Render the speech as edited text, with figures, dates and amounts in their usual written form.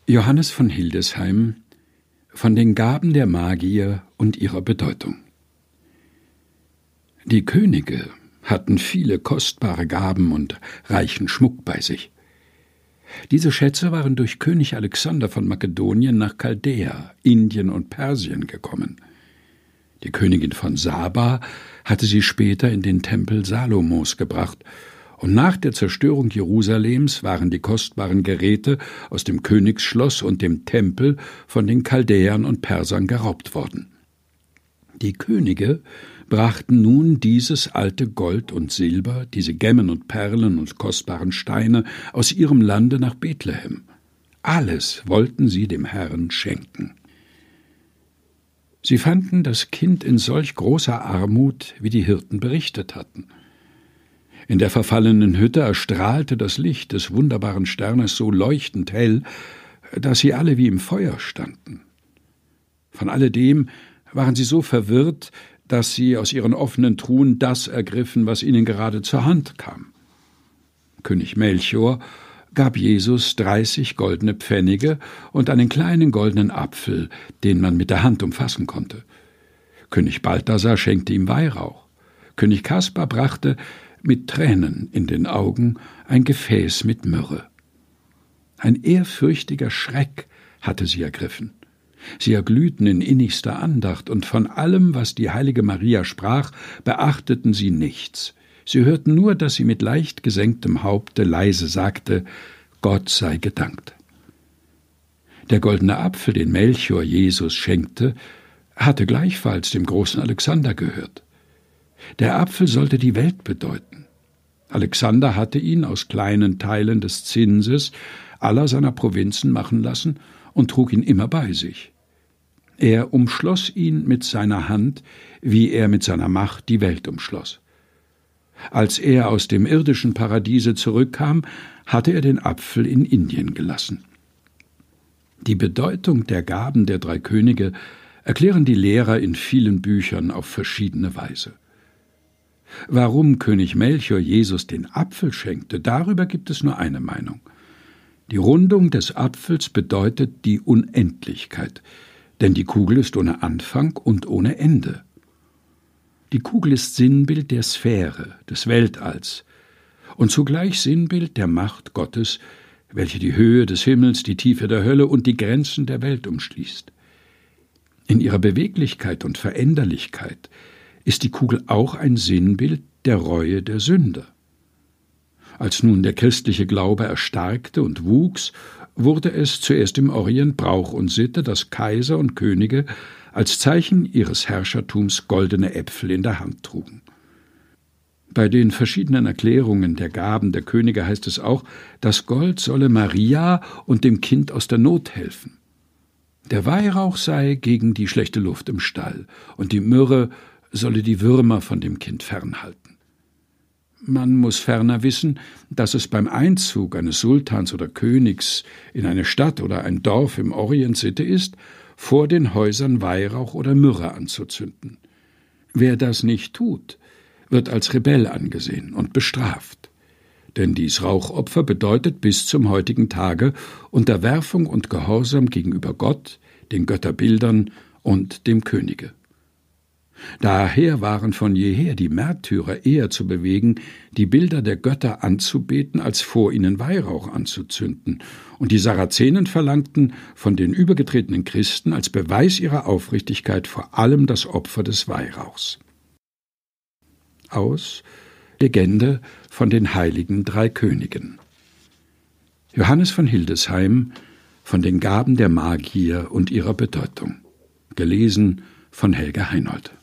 Johannes von Hildesheim von den Gaben der Magier und ihrer Bedeutung. Die Könige hatten viele kostbare Gaben und reichen Schmuck bei sich. Diese Schätze waren durch König Alexander von Makedonien nach Chaldäa, Indien und Persien gekommen. Die Königin von Saba hatte sie später in den Tempel Salomos gebracht, und nach der Zerstörung Jerusalems waren die kostbaren Geräte aus dem Königsschloss und dem Tempel von den Chaldäern und Persern geraubt worden. Die Könige brachten nun dieses alte Gold und Silber, diese Gemmen und Perlen und kostbaren Steine aus ihrem Lande nach Bethlehem. Alles wollten sie dem Herrn schenken. Sie fanden das Kind in solch großer Armut, wie die Hirten berichtet hatten. In der verfallenen Hütte erstrahlte das Licht des wunderbaren Sternes so leuchtend hell, dass sie alle wie im Feuer standen. Von alledem waren sie so verwirrt, dass sie aus ihren offenen Truhen das ergriffen, was ihnen gerade zur Hand kam. König Melchior gab Jesus 30 goldene Pfennige und einen kleinen goldenen Apfel, den man mit der Hand umfassen konnte. König Balthasar schenkte ihm Weihrauch. König Kaspar brachte mit Tränen in den Augen ein Gefäß mit Myrrhe. Ein ehrfürchtiger Schreck hatte sie ergriffen. Sie erglühten in innigster Andacht, und von allem, was die heilige Maria sprach, beachteten sie nichts. Sie hörten nur, dass sie mit leicht gesenktem Haupte leise sagte: Gott sei gedankt. Der goldene Apfel, den Melchior Jesus schenkte, hatte gleichfalls dem großen Alexander gehört. Der Apfel sollte die Welt bedeuten. Alexander hatte ihn aus kleinen Teilen des Zinses aller seiner Provinzen machen lassen und trug ihn immer bei sich. Er umschloss ihn mit seiner Hand, wie er mit seiner Macht die Welt umschloss. Als er aus dem irdischen Paradiese zurückkam, hatte er den Apfel in Indien gelassen. Die Bedeutung der Gaben der 3 Könige erklären die Lehrer in vielen Büchern auf verschiedene Weise. Warum König Melchior Jesus den Apfel schenkte, darüber gibt es nur eine Meinung. Die Rundung des Apfels bedeutet die Unendlichkeit, denn die Kugel ist ohne Anfang und ohne Ende. Die Kugel ist Sinnbild der Sphäre, des Weltalls und zugleich Sinnbild der Macht Gottes, welche die Höhe des Himmels, die Tiefe der Hölle und die Grenzen der Welt umschließt. In ihrer Beweglichkeit und Veränderlichkeit ist die Kugel auch ein Sinnbild der Reue der Sünder. Als nun der christliche Glaube erstarkte und wuchs, wurde es zuerst im Orient Brauch und Sitte, dass Kaiser und Könige als Zeichen ihres Herrschertums goldene Äpfel in der Hand trugen. Bei den verschiedenen Erklärungen der Gaben der Könige heißt es auch, das Gold solle Maria und dem Kind aus der Not helfen. Der Weihrauch sei gegen die schlechte Luft im Stall und die Myrrhe solle die Würmer von dem Kind fernhalten. Man muss ferner wissen, dass es beim Einzug eines Sultans oder Königs in eine Stadt oder ein Dorf im Orient Sitte ist, vor den Häusern Weihrauch oder Myrrhe anzuzünden. Wer das nicht tut, wird als Rebell angesehen und bestraft. Denn dies Rauchopfer bedeutet bis zum heutigen Tage Unterwerfung und Gehorsam gegenüber Gott, den Götterbildern und dem Könige. Daher waren von jeher die Märtyrer eher zu bewegen, die Bilder der Götter anzubeten, als vor ihnen Weihrauch anzuzünden, und die Sarazenen verlangten von den übergetretenen Christen als Beweis ihrer Aufrichtigkeit vor allem das Opfer des Weihrauchs. Aus Legende von den heiligen 3 Königen. Johannes von Hildesheim von den Gaben der Magier und ihrer Bedeutung. Gelesen von Helga Heinold.